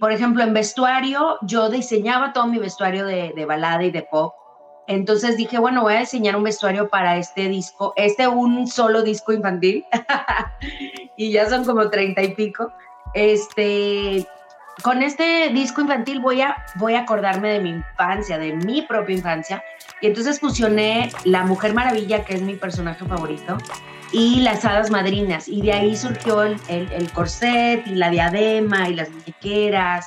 por ejemplo, en vestuario, yo diseñaba todo mi vestuario de balada y de pop. Entonces dije, bueno, voy a diseñar un vestuario para este disco, un solo disco infantil, y ya son como 30 y pico. Con este disco infantil voy a acordarme de mi infancia, de mi propia infancia, y entonces fusioné La Mujer Maravilla, que es mi personaje favorito, y las hadas madrinas, y de ahí surgió el corset y la diadema y las muñequeras.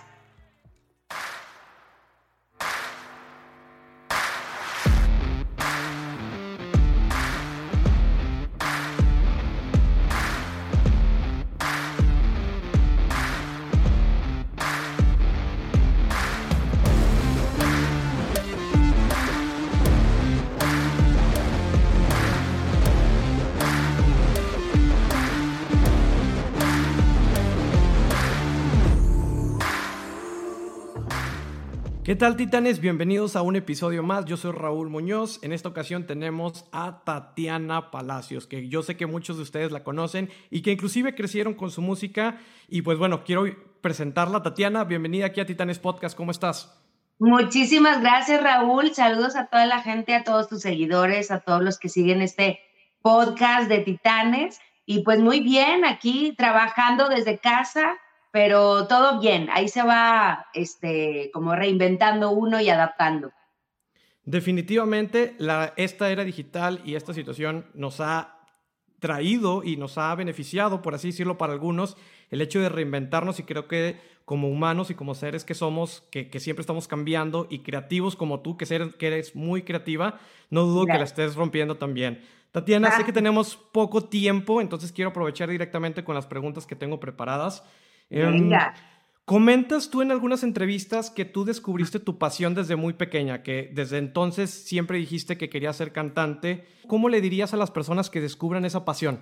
¿Qué tal, titanes? Bienvenidos a un episodio más. Yo soy Raúl Muñoz. En esta ocasión tenemos a Tatiana Palacios, que yo sé que muchos de ustedes la conocen y que inclusive crecieron con su música. Y pues bueno, quiero presentarla. Tatiana, bienvenida aquí a Titanes Podcast. ¿Cómo estás? Muchísimas gracias, Raúl. Saludos a toda la gente, a todos tus seguidores, a todos los que siguen este podcast de Titanes. Y pues muy bien, aquí trabajando desde casa, pero todo bien. Ahí se va como reinventando uno y adaptando. Definitivamente, esta era digital y esta situación nos ha traído y nos ha beneficiado, por así decirlo, para algunos, el hecho de reinventarnos, y creo que como humanos y como seres que somos, que siempre estamos cambiando, y creativos como tú, que eres muy creativa, no dudo que la estés rompiendo también. Tatiana, sé que tenemos poco tiempo, entonces quiero aprovechar directamente con las preguntas que tengo preparadas. Venga. Comentas tú en algunas entrevistas que tú descubriste tu pasión desde muy pequeña, que desde entonces siempre dijiste que querías ser cantante. ¿Cómo le dirías a las personas que descubran esa pasión?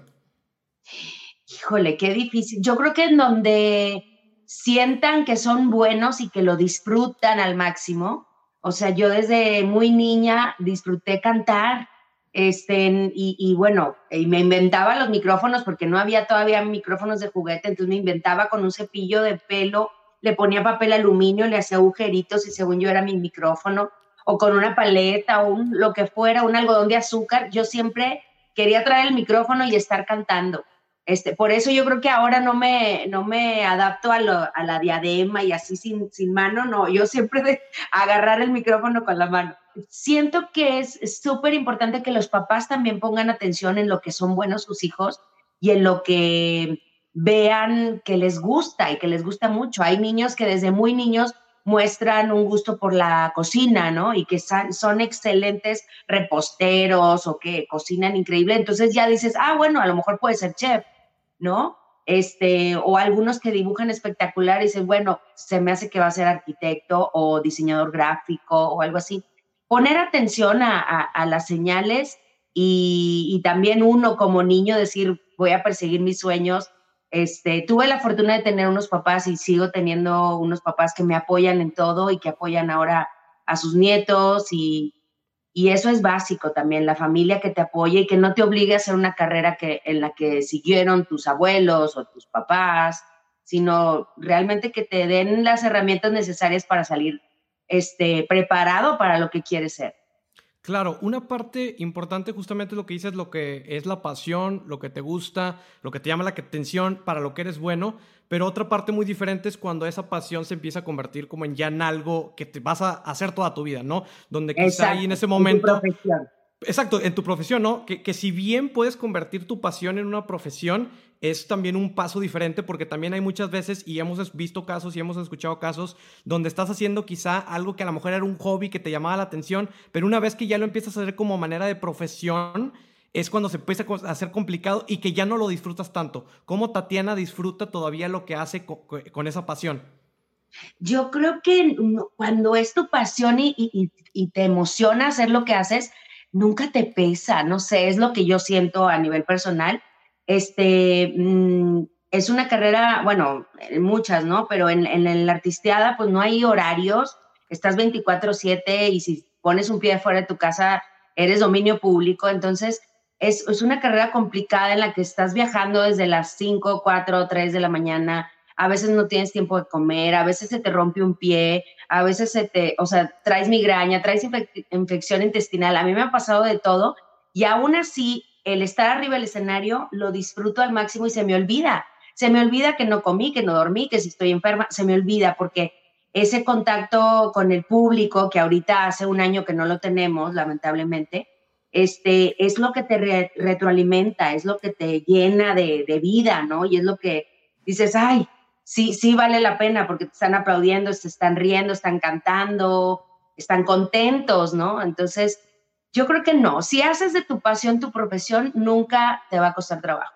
Híjole, qué difícil. Yo creo que en donde sientan que son buenos y que lo disfrutan al máximo. O sea, yo desde muy niña disfruté cantar, y bueno, y me inventaba los micrófonos porque no había todavía micrófonos de juguete, entonces me inventaba con un cepillo de pelo, le ponía papel aluminio, le hacía agujeritos y según yo era mi micrófono, o con una paleta o lo que fuera, un algodón de azúcar. Yo siempre quería traer el micrófono y estar cantando. Por eso yo creo que ahora no me adapto a la diadema y así sin mano, no, yo siempre de agarrar el micrófono con la mano. Siento que es súper importante que los papás también pongan atención en lo que son buenos sus hijos y en lo que vean que les gusta y que les gusta mucho. Hay niños que desde muy niños muestran un gusto por la cocina, ¿no? Y que son excelentes reposteros o que cocinan increíble. Entonces ya dices, bueno, a lo mejor puede ser chef, ¿no? O algunos que dibujan espectacular y dicen, bueno, se me hace que va a ser arquitecto o diseñador gráfico o algo así. Poner atención a las señales y también uno como niño decir, voy a perseguir mis sueños. Tuve la fortuna de tener unos papás y sigo teniendo unos papás que me apoyan en todo y que apoyan ahora a sus nietos y eso es básico también, la familia que te apoye y que no te obligue a hacer una carrera en la que siguieron tus abuelos o tus papás, sino realmente que te den las herramientas necesarias para salir preparado para lo que quieres ser. Claro, una parte importante justamente es lo que dices, lo que es la pasión, lo que te gusta, lo que te llama la atención, para lo que eres bueno, pero otra parte muy diferente es cuando esa pasión se empieza a convertir como ya en algo que te vas a hacer toda tu vida, ¿no? Donde quizá ahí en ese momento... Exacto, en tu profesión, ¿no? Que si bien puedes convertir tu pasión en una profesión, es también un paso diferente, porque también hay muchas veces, y hemos visto casos y hemos escuchado casos, donde estás haciendo quizá algo que a lo mejor era un hobby que te llamaba la atención, pero una vez que ya lo empiezas a hacer como manera de profesión, es cuando se empieza a hacer complicado y que ya no lo disfrutas tanto. ¿Cómo Tatiana disfruta todavía lo que hace con esa pasión? Yo creo que cuando es tu pasión y te emociona hacer lo que haces, nunca te pesa, no sé, es lo que yo siento a nivel personal. Es una carrera, bueno, muchas, ¿no? Pero en la artisteada, pues no hay horarios, estás 24/7 y si pones un pie fuera de tu casa, eres dominio público. Entonces, es una carrera complicada en la que estás viajando desde las 5, 4, 3 de la mañana a veces no tienes tiempo de comer, a veces se te rompe un pie, a veces o sea, traes migraña, traes infección intestinal. A mí me ha pasado de todo y aún así el estar arriba del escenario lo disfruto al máximo y se me olvida. Se me olvida que no comí, que no dormí, que si estoy enferma, se me olvida porque ese contacto con el público, que ahorita hace un año que no lo tenemos, lamentablemente, es lo que te retroalimenta, es lo que te llena de vida, ¿no? Y es lo que dices, ay, sí, sí vale la pena porque te están aplaudiendo, se están riendo, están cantando, están contentos, ¿no? Entonces, yo creo que no. Si haces de tu pasión tu profesión, nunca te va a costar trabajo.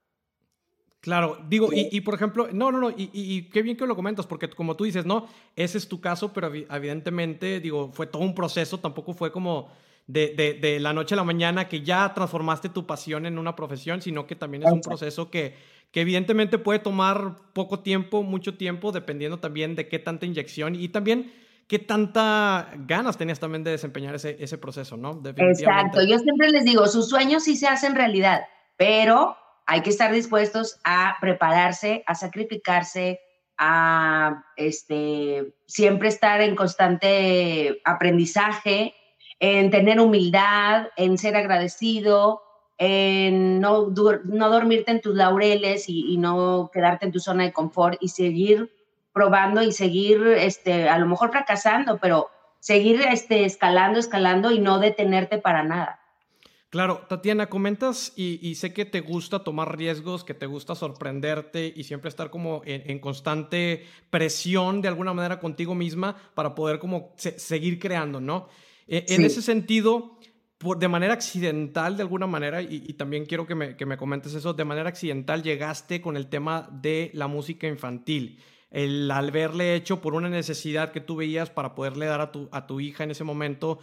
Claro, digo, y por ejemplo, no, y qué bien que lo comentas, porque como tú dices, no, ese es tu caso, pero evidentemente, digo, fue todo un proceso, tampoco fue como de la noche a la mañana que ya transformaste tu pasión en una profesión, sino que también es un proceso que evidentemente puede tomar poco tiempo, mucho tiempo, dependiendo también de qué tanta inyección y también qué tanta ganas tenías también de desempeñar ese proceso, ¿no? Definitivamente. Exacto. Yo siempre les digo, sus sueños sí se hacen realidad, pero hay que estar dispuestos a prepararse, a sacrificarse, a siempre estar en constante aprendizaje, en tener humildad, en ser agradecido, en no dormirte en tus laureles y no quedarte en tu zona de confort y seguir probando y seguir a lo mejor fracasando, pero seguir escalando, escalando y no detenerte para nada. Claro, Tatiana, comentas y sé que te gusta tomar riesgos, que te gusta sorprenderte y siempre estar como en constante presión de alguna manera contigo misma para poder como seguir creando, ¿no? En Sí. ese sentido, de manera accidental de alguna manera, y también quiero que me comentes eso, de manera accidental llegaste con el tema de la música infantil. El haberle hecho por una necesidad que tú veías para poderle dar a tu hija en ese momento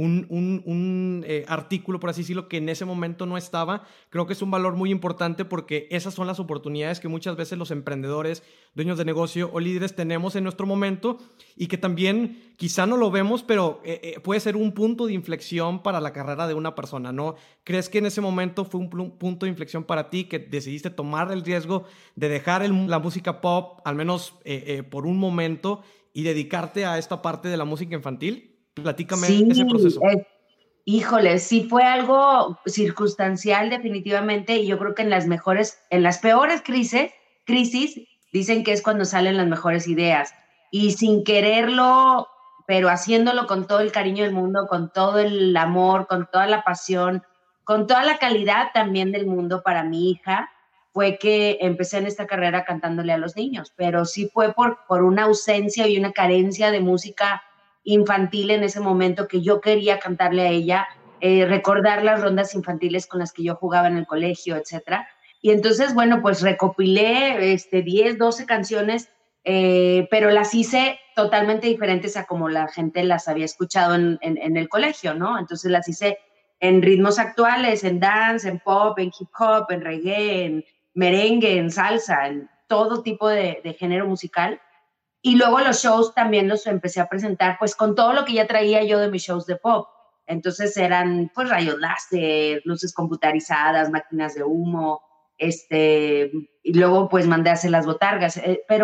un artículo, por así decirlo, que en ese momento no estaba, creo que es un valor muy importante porque esas son las oportunidades que muchas veces los emprendedores, dueños de negocio o líderes tenemos en nuestro momento y que también quizá no lo vemos, pero puede ser un punto de inflexión para la carrera de una persona, ¿no? ¿Crees que en ese momento fue un punto de inflexión para ti que decidiste tomar el riesgo de dejar la música pop, al menos por un momento, y dedicarte a esta parte de la música infantil? Platícame Sí, ese proceso. híjole, sí fue algo circunstancial definitivamente y yo creo que en las peores crisis dicen que es cuando salen las mejores ideas y sin quererlo, pero haciéndolo con todo el cariño del mundo, con todo el amor, con toda la pasión, con toda la calidad también del mundo para mi hija, fue que empecé en esta carrera cantándole a los niños, pero sí fue por una ausencia y una carencia de música infantil en ese momento que yo quería cantarle a ella, recordar las rondas infantiles con las que yo jugaba en el colegio, etcétera. Y entonces, bueno, pues recopilé 10, 12 canciones, pero las hice totalmente diferentes a como la gente las había escuchado en el colegio, ¿no? Entonces las hice en ritmos actuales, en dance, en pop, en hip hop, en reggae, en merengue, en salsa, en todo tipo de género musical. Y luego los shows también los empecé a presentar, pues con todo lo que ya traía yo de mis shows de pop. Entonces eran pues rayos láser, luces computarizadas, máquinas de humo, y luego pues mandé a hacer las botargas,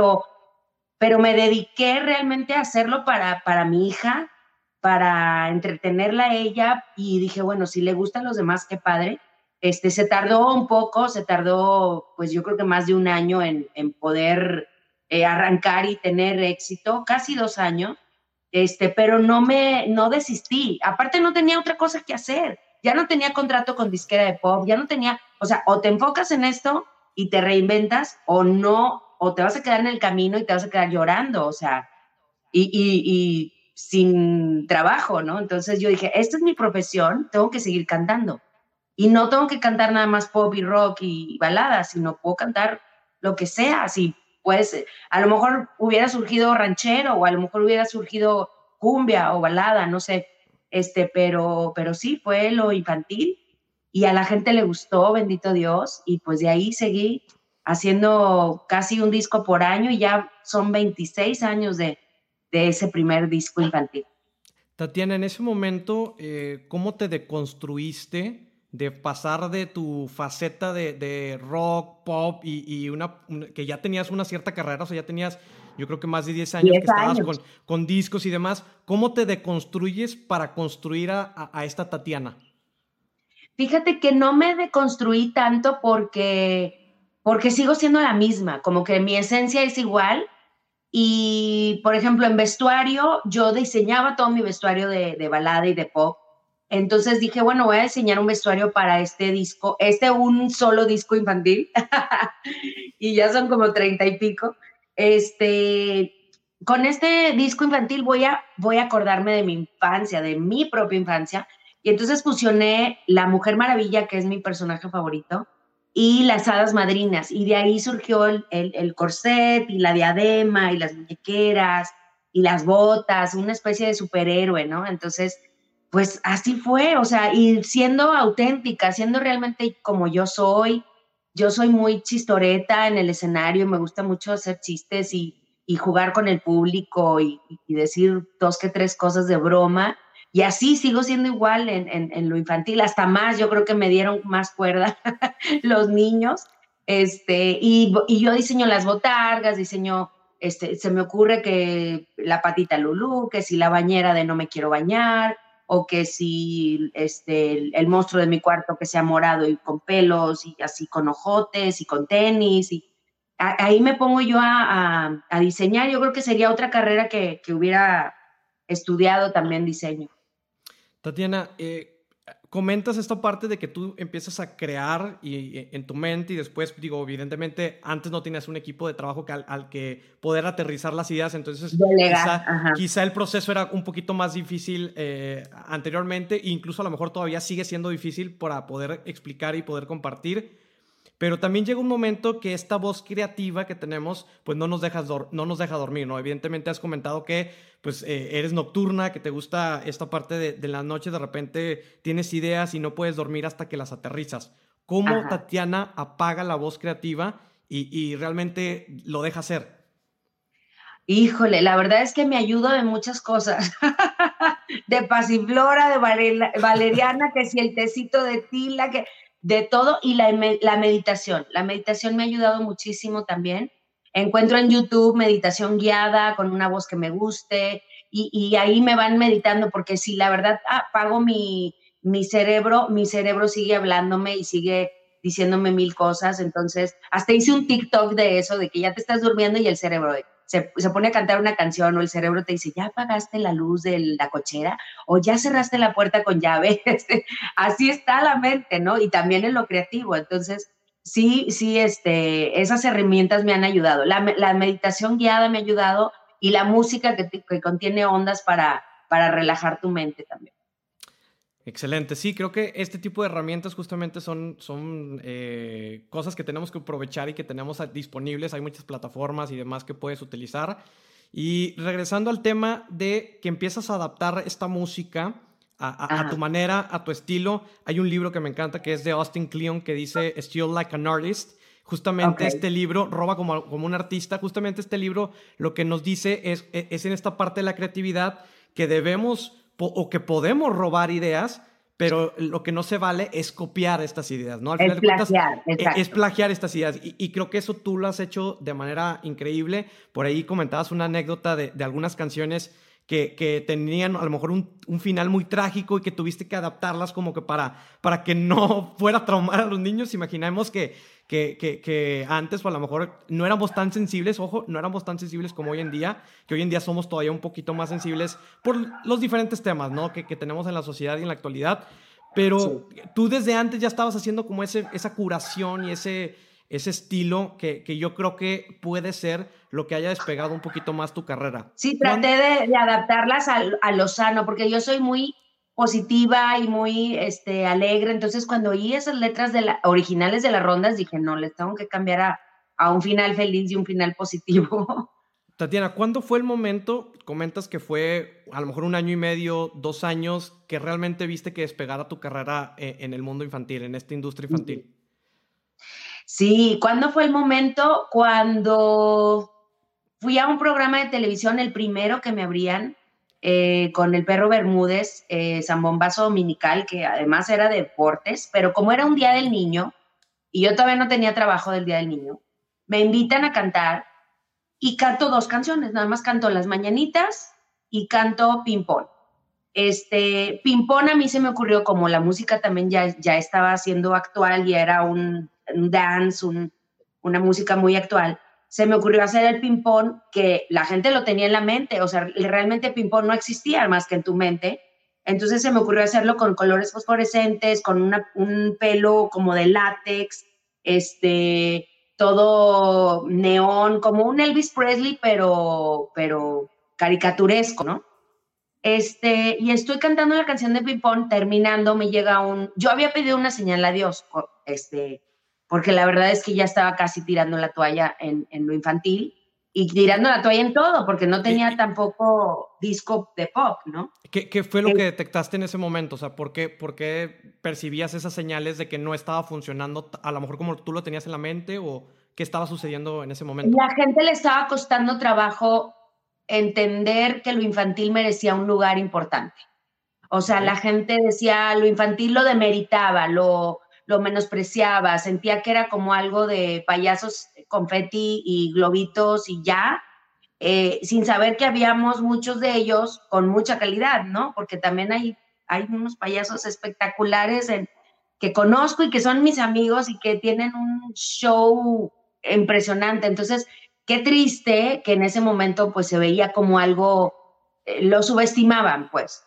pero me dediqué realmente a hacerlo para mi hija, para entretenerla a ella y dije, bueno, si le gustan los demás, qué padre. Se tardó un poco, se tardó pues yo creo que más de un año en poder arrancar y tener éxito, casi 2 años, pero no desistí. Aparte no tenía otra cosa que hacer. Ya no tenía contrato con disquera de pop, ya no tenía, o sea, o te enfocas en esto y te reinventas o no, o te vas a quedar en el camino y te vas a quedar llorando, o sea, y sin trabajo, ¿no? Entonces yo dije, esta es mi profesión, tengo que seguir cantando. Y no tengo que cantar nada más pop y rock y baladas, sino puedo cantar lo que sea. Si pues, a lo mejor hubiera surgido ranchero o a lo mejor hubiera surgido cumbia o balada, no sé. Pero sí, fue lo infantil y a la gente le gustó, bendito Dios. Y pues de ahí seguí haciendo casi un disco por año y ya son 26 años de ese primer disco infantil. Tatiana, en ese momento, ¿cómo te deconstruiste de pasar de tu faceta de rock, pop que ya tenías una cierta carrera, o sea, ya tenías, yo creo que más de 10 años 10 que estabas años. con discos y demás. ¿Cómo te deconstruyes para construir a esta Tatiana? Fíjate que no me deconstruí tanto porque sigo siendo la misma, como que mi esencia es igual. Y, por ejemplo, en vestuario, yo diseñaba todo mi vestuario de balada y de pop. Entonces dije, bueno, voy a diseñar un vestuario para este disco, un solo disco infantil, y ya son como 30 y pico. Este, con este disco infantil voy a acordarme de mi infancia, de mi propia infancia, y entonces fusioné La Mujer Maravilla, que es mi personaje favorito, y las hadas madrinas, y de ahí surgió el corset y la diadema y las muñequeras y las botas, una especie de superhéroe, ¿no? Entonces, pues así fue, o sea, y siendo auténtica, siendo realmente como yo soy muy chistoreta en el escenario, me gusta mucho hacer chistes y jugar con el público y decir dos que tres cosas de broma, y así sigo siendo igual en lo infantil, hasta más, yo creo que me dieron más cuerda los niños, y yo diseño las botargas, se me ocurre que la patita Lulú, que si la bañera de no me quiero bañar, o que si el monstruo de mi cuarto que sea morado y con pelos, y así con ojotes y con tenis, y ahí me pongo yo a diseñar. Yo creo que sería otra carrera que hubiera estudiado también diseño. Tatiana, comentas esta parte de que tú empiezas a crear en tu mente y después, digo, evidentemente, antes no tenías un equipo de trabajo al que poder aterrizar las ideas, entonces Delegar, ajá. quizá el proceso era un poquito más difícil anteriormente, e incluso a lo mejor todavía sigue siendo difícil para poder explicar y poder compartir. Pero también llega un momento que esta voz creativa que tenemos, pues no nos deja dormir, ¿no? Evidentemente has comentado que pues eres nocturna, que te gusta esta parte de la noche, de repente tienes ideas y no puedes dormir hasta que las aterrizas. ¿Cómo Ajá. Tatiana apaga la voz creativa y realmente lo deja hacer? Híjole, la verdad es que me ayuda de muchas cosas. De pasiflora, de valeriana, que si el tecito de tila, que de todo, y la meditación. La meditación me ha ayudado muchísimo también. Encuentro en YouTube meditación guiada con una voz que me guste, y ahí me van meditando, porque si la verdad apago mi cerebro sigue hablándome y sigue diciéndome mil cosas. Entonces, hasta hice un TikTok de eso, de que ya te estás durmiendo y el cerebro se pone a cantar una canción, o el cerebro te dice, ya apagaste la luz de la cochera o ya cerraste la puerta con llave. Así está la mente, ¿no? Y también en lo creativo. Entonces, sí, sí, esas herramientas me han ayudado. La meditación guiada me ha ayudado, y la música que contiene ondas para relajar tu mente también. Excelente. Sí, creo que este tipo de herramientas justamente son cosas que tenemos que aprovechar y que tenemos disponibles. Hay muchas plataformas y demás que puedes utilizar. Y regresando al tema de que empiezas a adaptar esta música a tu manera, a tu estilo, hay un libro que me encanta que es de Austin Kleon que dice Still Like an Artist. Justamente Okay. este libro, Roba como un artista, justamente este libro lo que nos dice es en esta parte de la creatividad que debemos o que podemos robar ideas, pero lo que no se vale es copiar estas ideas, ¿no? Al final Es de cuentas, plagiar, es exacto. plagiar estas ideas. Y creo que eso tú lo has hecho de manera increíble. Por ahí comentabas una anécdota de algunas canciones que tenían a lo mejor un final muy trágico y que tuviste que adaptarlas como que para que no fuera a traumar a los niños. Imaginemos que antes, o a lo mejor no éramos tan sensibles, ojo, no éramos tan sensibles como hoy en día, que hoy en día somos todavía un poquito más sensibles por los diferentes temas, ¿no? que tenemos en la sociedad y en la actualidad. Sí. Pero tú desde antes ya estabas haciendo como esa curación y ese estilo que yo creo que puede ser lo que haya despegado un poquito más tu carrera. Sí, traté de adaptarlas a lo sano, porque yo soy muy positiva y muy alegre. Entonces, cuando oí esas letras originales de las rondas, dije, no, les tengo que cambiar a un final feliz y un final positivo. Tatiana, ¿cuándo fue el momento, comentas que fue a lo mejor 1 año y medio, 2 años, que realmente viste que despegara tu carrera en el mundo infantil, en esta industria infantil? Sí, ¿cuándo fue el momento? Cuando fui a un programa de televisión, el primero que me abrían, con el Perro Bermúdez, Zambombazo Dominical, que además era de deportes, pero como era un Día del Niño, y yo todavía no tenía trabajo del Día del Niño, me invitan a cantar y canto 2 canciones, nada más canto Las Mañanitas y canto Ping-Pong. Ping-Pong a mí se me ocurrió, como la música también ya estaba siendo actual y era un dance, una música muy actual, se me ocurrió hacer el ping-pong, que la gente lo tenía en la mente, o sea, realmente ping-pong no existía más que en tu mente. Entonces se me ocurrió hacerlo con colores fosforescentes, con un pelo como de látex, todo neón, como un Elvis Presley, pero caricaturesco, ¿no? Y estoy cantando la canción de Ping Pong, terminando, me llega yo había pedido una señal a Dios, porque la verdad es que ya estaba casi tirando la toalla en lo infantil y tirando la toalla en todo, porque no tenía tampoco disco de pop, ¿no? ¿Qué fue lo que detectaste en ese momento? O sea, por qué percibías esas señales de que no estaba funcionando a lo mejor como tú lo tenías en la mente, o qué estaba sucediendo en ese momento? La gente le estaba costando trabajo entender que lo infantil merecía un lugar importante. O sea, Okay. la gente decía, lo infantil lo demeritaba, lo menospreciaba, sentía que era como algo de payasos, confeti y globitos y ya, sin saber que habíamos muchos de ellos con mucha calidad, ¿no? Porque también hay unos payasos espectaculares que conozco y que son mis amigos y que tienen un show impresionante. Entonces, qué triste que en ese momento pues se veía como algo, lo subestimaban, pues.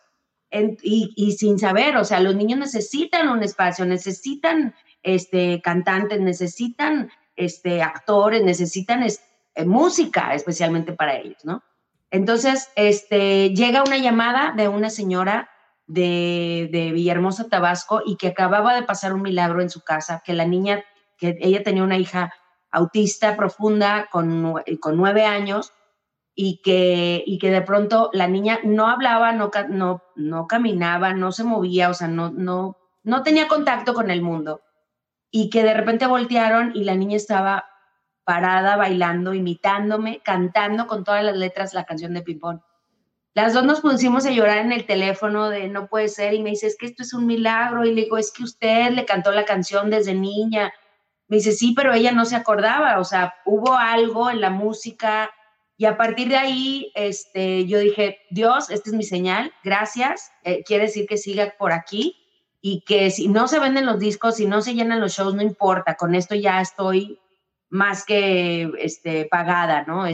Y sin saber, o sea, los niños necesitan un espacio, necesitan cantantes, necesitan actores, necesitan música especialmente para ellos, ¿no? Entonces, llega una llamada de una señora de Villahermosa, Tabasco, y que acababa de pasar un milagro en su casa, que la niña, que ella tenía una hija autista profunda con 9 años, y que de pronto la niña no hablaba, no caminaba, no se movía, o sea, no tenía contacto con el mundo, y que de repente voltearon y la niña estaba parada, bailando, imitándome, cantando con todas las letras la canción de Ping-Pong. Las dos nos pusimos a llorar en el teléfono de no puede ser, y me dice, es que esto es un milagro, y le digo, es que usted le cantó la canción desde niña. Me dice, sí, pero ella no se acordaba, o sea, hubo algo en la música, y a partir de ahí, yo dije, Dios, esta es mi señal, gracias, quiere decir que siga por aquí, y que si no se venden los discos, si no se llenan los shows, no importa, con esto ya estoy más que pagada, ¿no?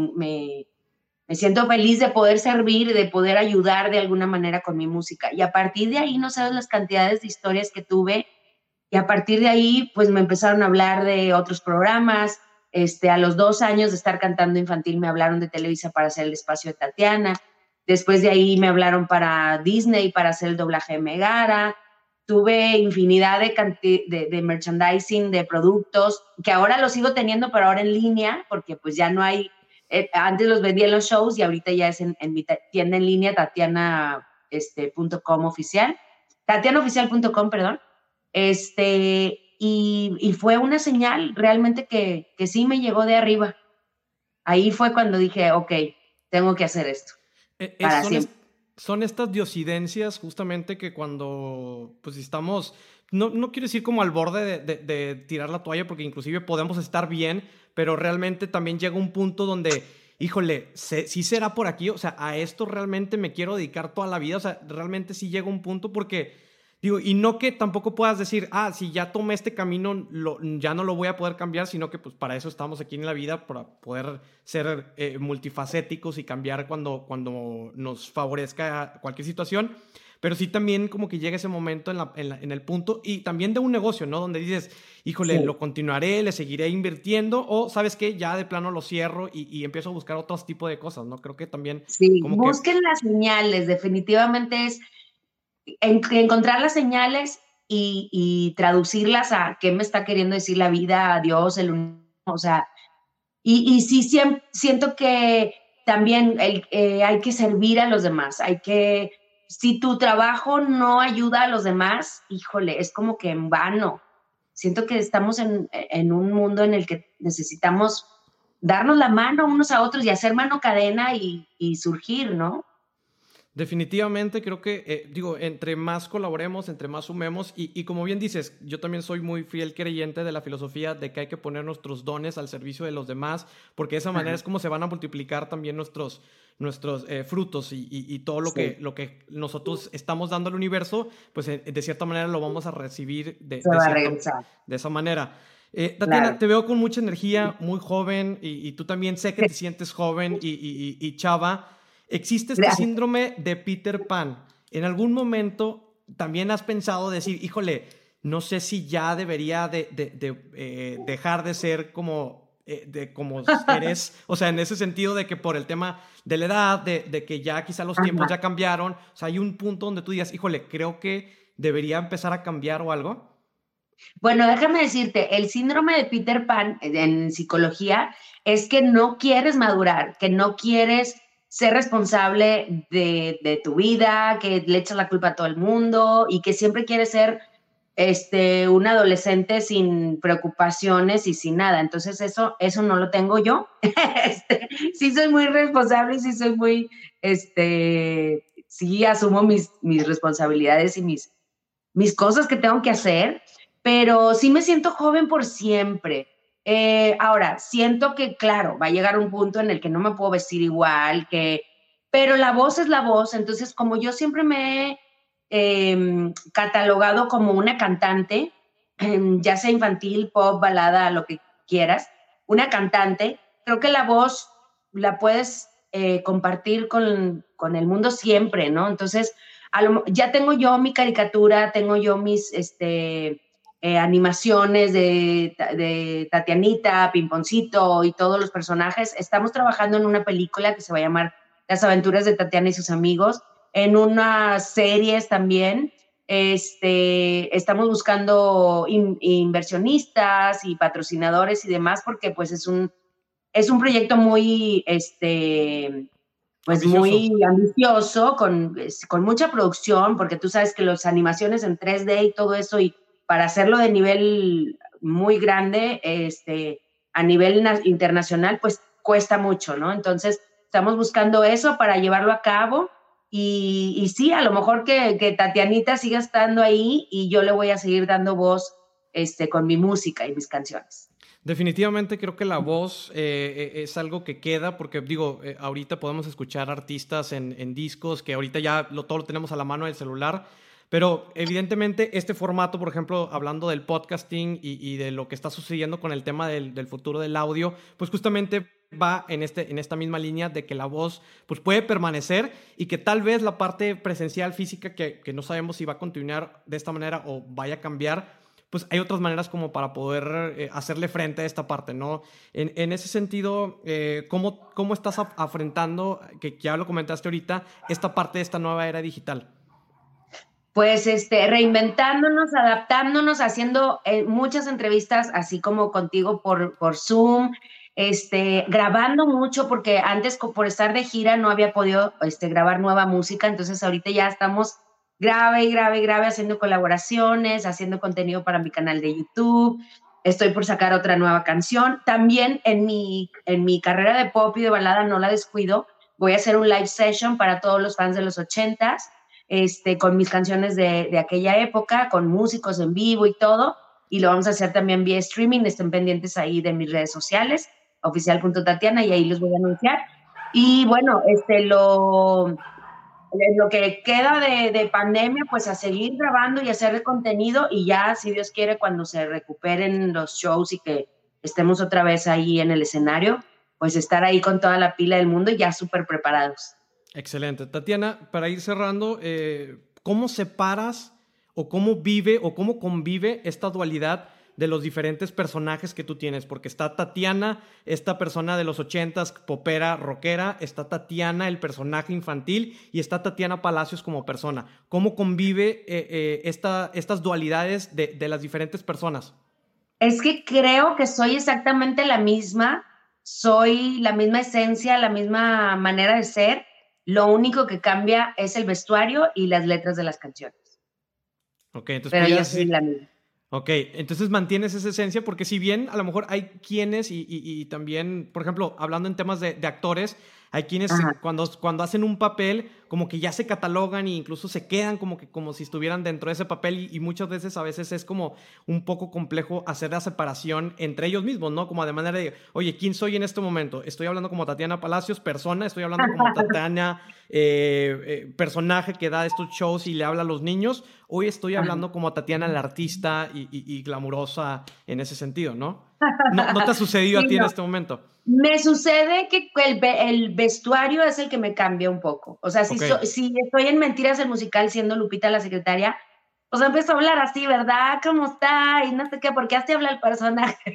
Me siento feliz de poder servir, de poder ayudar de alguna manera con mi música. Y a partir de ahí, no sabes las cantidades de historias que tuve. Y a partir de ahí, pues me empezaron a hablar de otros programas. A los 2 años de estar cantando infantil, me hablaron de Televisa para hacer el espacio de Tatiana. Después de ahí me hablaron para Disney para hacer el doblaje de Megara. Tuve infinidad de merchandising, de productos, que ahora los sigo teniendo, pero ahora en línea, porque pues ya no hay, antes los vendía en los shows y ahorita ya es en mi tienda en línea, tatiana.com oficial, tatianaoficial.com, perdón. Y fue una señal realmente que sí me llegó de arriba. Ahí fue cuando dije, ok, tengo que hacer esto para Son, siempre. son estas diosidencias justamente que cuando pues estamos, no quiero decir como al borde de tirar la toalla, porque inclusive podemos estar bien, pero realmente también llega un punto donde, híjole, sí será por aquí, o sea, a esto realmente me quiero dedicar toda la vida, o sea, realmente sí llega un punto porque... Digo, y no que tampoco puedas decir, si ya tomé este camino, ya no lo voy a poder cambiar, sino que pues para eso estamos aquí en la vida, para poder ser multifacéticos y cambiar cuando nos favorezca cualquier situación. Pero sí también como que llega ese momento en el punto, y también de un negocio, ¿no? Donde dices, híjole, Sí. lo continuaré, le seguiré invirtiendo, o ¿sabes qué? Ya de plano lo cierro y empiezo a buscar otros tipos de cosas, ¿no? Creo que también Sí, como que... busquen las señales, definitivamente es encontrar las señales y traducirlas a qué me está queriendo decir la vida, a Dios, el universo, o sea, y sí siento que también hay que servir a los demás, si tu trabajo no ayuda a los demás, híjole, es como que en vano. Siento que estamos en un mundo en el que necesitamos darnos la mano unos a otros y hacer mano cadena y surgir, ¿no? Definitivamente creo que, digo, entre más colaboremos, entre más sumemos, y como bien dices, yo también soy muy fiel creyente de la filosofía de que hay que poner nuestros dones al servicio de los demás, porque de esa manera Ajá, es como se van a multiplicar también nuestros frutos y todo sí, lo que nosotros estamos dando al universo, pues de cierta manera lo vamos a recibir se va a regresar, de esa manera. Tatiana, claro. te veo con mucha energía, muy joven, y tú también sé que te sientes joven y chava. Existe este Gracias. síndrome de Peter Pan. ¿En algún momento también has pensado decir, híjole, no sé si ya debería dejar de ser como eres? O sea, en ese sentido de que por el tema de la edad, de que ya quizá los tiempos Ajá. ya cambiaron, o sea, hay un punto donde tú digas, híjole, creo que debería empezar a cambiar o algo. Bueno, déjame decirte, el síndrome de Peter Pan en psicología es que no quieres madurar, que no quieres ser responsable de tu vida, que le echas la culpa a todo el mundo y que siempre quieres ser un adolescente sin preocupaciones y sin nada. Entonces eso no lo tengo yo. Sí soy muy responsable y sí soy muy, sí asumo mis responsabilidades y mis cosas que tengo que hacer, pero sí me siento joven por siempre. Ahora, siento que, claro, va a llegar un punto en el que no me puedo vestir igual, pero la voz es la voz, entonces como yo siempre me he catalogado como una cantante, ya sea infantil, pop, balada, lo que quieras, una cantante, creo que la voz la puedes compartir con el mundo siempre, ¿no? Entonces, ya tengo yo mi caricatura, tengo yo mis animaciones de Tatianita, Pimponcito y todos los personajes. Estamos trabajando en una película que se va a llamar Las aventuras de Tatiana y sus amigos, en unas series también. Estamos buscando inversionistas y patrocinadores y demás porque pues es un proyecto muy, pues Ambicioso. muy ambicioso, con mucha producción, porque tú sabes que las animaciones en 3D y todo eso, y para hacerlo de nivel muy grande, a nivel internacional, pues cuesta mucho, ¿no? Entonces, estamos buscando eso para llevarlo a cabo. Y sí, a lo mejor que Tatianita siga estando ahí y yo le voy a seguir dando voz con mi música y mis canciones. Definitivamente creo que la voz es algo que queda porque digo, ahorita podemos escuchar artistas en discos que ahorita ya todo lo tenemos a la mano del celular, pero evidentemente este formato, por ejemplo, hablando del podcasting y de lo que está sucediendo con el tema del futuro del audio, pues justamente va en esta misma línea de que la voz pues puede permanecer y que tal vez la parte presencial física que no sabemos si va a continuar de esta manera o vaya a cambiar, pues hay otras maneras como para poder hacerle frente a esta parte, ¿no? En ese sentido, ¿cómo estás afrontando, que ya lo comentaste ahorita, esta parte de esta nueva era digital? Pues reinventándonos, adaptándonos, haciendo muchas entrevistas, así como contigo por Zoom, grabando mucho, porque antes por estar de gira no había podido grabar nueva música, entonces ahorita ya estamos grave y grave y grave haciendo colaboraciones, haciendo contenido para mi canal de YouTube. Estoy por sacar otra nueva canción. También en mi carrera de pop y de balada no la descuido. Voy a hacer un live session para todos los fans de los 80s, con mis canciones de aquella época, con músicos en vivo y todo, y lo vamos a hacer también vía streaming. Estén pendientes ahí de mis redes sociales, oficial.tatiana, y ahí los voy a anunciar. Y bueno, lo que queda de pandemia, pues a seguir grabando y hacer contenido, y ya, si Dios quiere, cuando se recuperen los shows y que estemos otra vez ahí en el escenario, pues estar ahí con toda la pila del mundo y ya súper preparados. Excelente. Tatiana, para ir cerrando, ¿cómo separas o cómo vive o cómo convive esta dualidad de los diferentes personajes que tú tienes? Porque está Tatiana, esta persona de los 80s, popera, rockera, está Tatiana, el personaje infantil, y está Tatiana Palacios como persona. ¿Cómo convive estas dualidades de las diferentes personas? Es que creo que soy exactamente la misma, soy la misma esencia, la misma manera de ser. Lo único que cambia es el vestuario y las letras de las canciones, Ok, entonces pero yo pudieras soy decir. la misma. Ok, entonces mantienes esa esencia porque si bien a lo mejor hay quienes y también, por ejemplo, hablando en temas de actores, Hay quienes cuando hacen un papel como que ya se catalogan e incluso se quedan como si estuvieran dentro de ese papel y muchas veces a veces es como un poco complejo hacer la separación entre ellos mismos, ¿no? Como de manera de, oye, ¿quién soy en este momento? Estoy hablando como Tatiana Palacios, persona, estoy hablando como Tatiana, personaje que da estos shows y le habla a los niños, hoy estoy hablando como Tatiana la artista y glamurosa en ese sentido, ¿no? ¿No te ha sucedido Sí, a ti en no. este momento? Me sucede que el vestuario es el que me cambia un poco. O sea, Ok. si estoy en Mentiras el musical siendo Lupita la secretaria, pues empiezo a hablar así, ¿verdad? ¿Cómo está? Y no sé qué, porque así habla el personaje.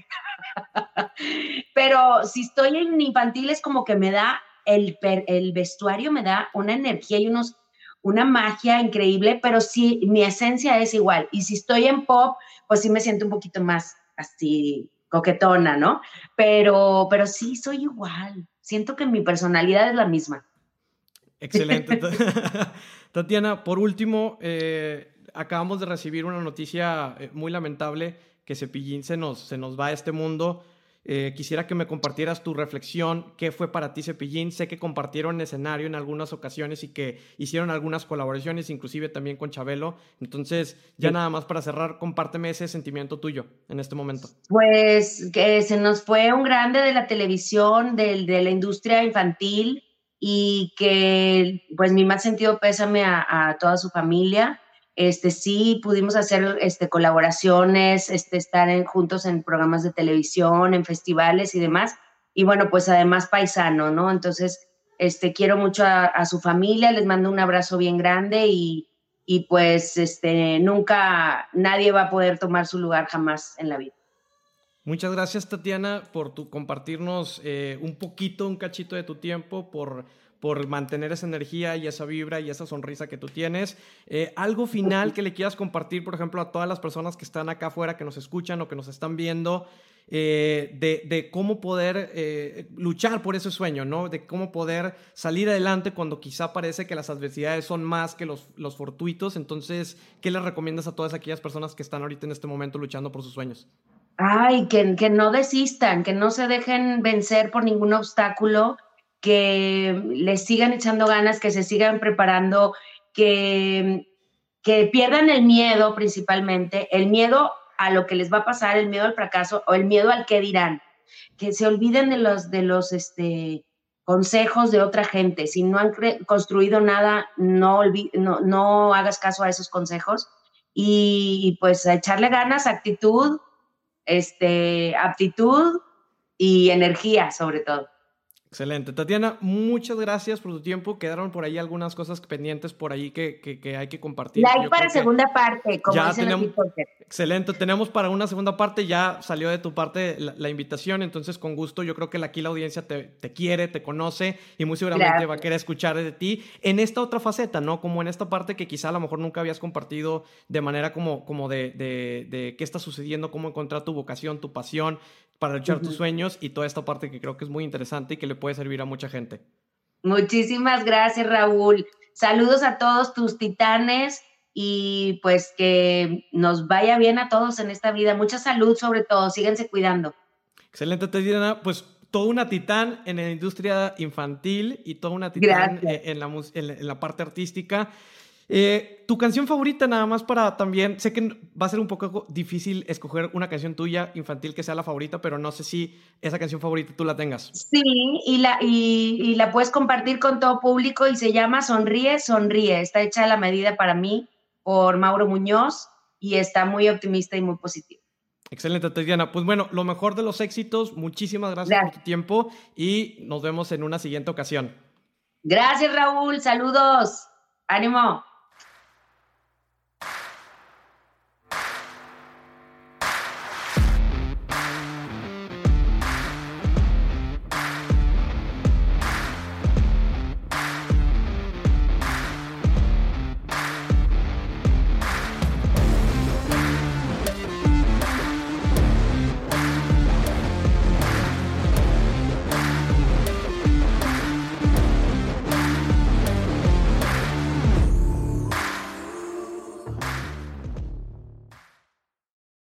Pero si estoy en infantil es como que me da, el vestuario me da una energía y una magia increíble, pero sí, mi esencia es igual. Y si estoy en pop, pues sí me siento un poquito más así coquetona, ¿no? Pero sí, soy igual. Siento que mi personalidad es la misma. Excelente. Tatiana, por último, acabamos de recibir una noticia muy lamentable que Cepillín se nos va a este mundo. Quisiera que me compartieras tu reflexión, qué fue para ti Cepillín. Sé que compartieron escenario en algunas ocasiones y que hicieron algunas colaboraciones, inclusive también con Chabelo. Entonces, ya Sí. nada más para cerrar, compárteme ese sentimiento tuyo en este momento. Pues que se nos fue un grande de la televisión, de la industria infantil y que pues mi más sentido pésame a toda su familia. Sí pudimos hacer colaboraciones, estar juntos en programas de televisión, en festivales y demás. Y bueno, pues además paisano, ¿no? Entonces, quiero mucho a su familia, les mando un abrazo bien grande y pues nunca nadie va a poder tomar su lugar jamás en la vida. Muchas gracias, Tatiana, por compartirnos un cachito de tu tiempo, por mantener esa energía y esa vibra y esa sonrisa que tú tienes. Algo final que le quieras compartir, por ejemplo, a todas las personas que están acá afuera, que nos escuchan o que nos están viendo, de cómo poder luchar por ese sueño, ¿no? De cómo poder salir adelante cuando quizá parece que las adversidades son más que los fortuitos. Entonces, ¿qué les recomiendas a todas aquellas personas que están ahorita en este momento luchando por sus sueños? Ay, que no desistan, que no se dejen vencer por ningún obstáculo, que les sigan echando ganas, que se sigan preparando, que, que pierdan el miedo principalmente, el miedo a lo que les va a pasar, el miedo al fracaso o el miedo al qué dirán, que se olviden de los consejos de otra gente. Si no han construido nada, no hagas caso a esos consejos y pues a echarle ganas, actitud, aptitud y energía, sobre todo. Excelente. Tatiana, muchas gracias por tu tiempo. Quedaron por ahí algunas cosas pendientes por ahí que hay que compartir. Like Yo para creo que segunda parte, como ya dicen los tenemos, TikTokers. excelente, tenemos para una segunda parte, ya salió de tu parte la invitación, entonces con gusto yo creo que aquí la audiencia te quiere, te conoce y muy seguramente va a Gracias. querer escuchar de ti en esta otra faceta, ¿no? Como en esta parte que quizá a lo mejor nunca habías compartido de manera como de qué está sucediendo, cómo encontrar tu vocación, tu pasión para luchar tus Uh-huh. sueños y toda esta parte que creo que es muy interesante y que le puede servir a mucha gente. Muchísimas gracias, Raúl. Saludos a todos tus titanes y pues que nos vaya bien a todos en esta vida. Mucha salud sobre todo. Síguense cuidando. Excelente, Tatiana. Pues toda una titán en la industria infantil y toda una titán Gracias. en la parte artística. Tu canción favorita, nada más para también, sé que va a ser un poco difícil escoger una canción tuya infantil que sea la favorita, pero no sé si esa canción favorita tú la tengas. Sí, y la puedes compartir con todo público y se llama Sonríe, Sonríe. Está hecha a la medida para mí por Mauro Muñoz y está muy optimista y muy positiva. Excelente, Tatiana. Pues bueno, lo mejor de los éxitos. Muchísimas gracias por tu Gracias. tiempo y nos vemos en una siguiente ocasión. Gracias, Raúl. Saludos. Ánimo.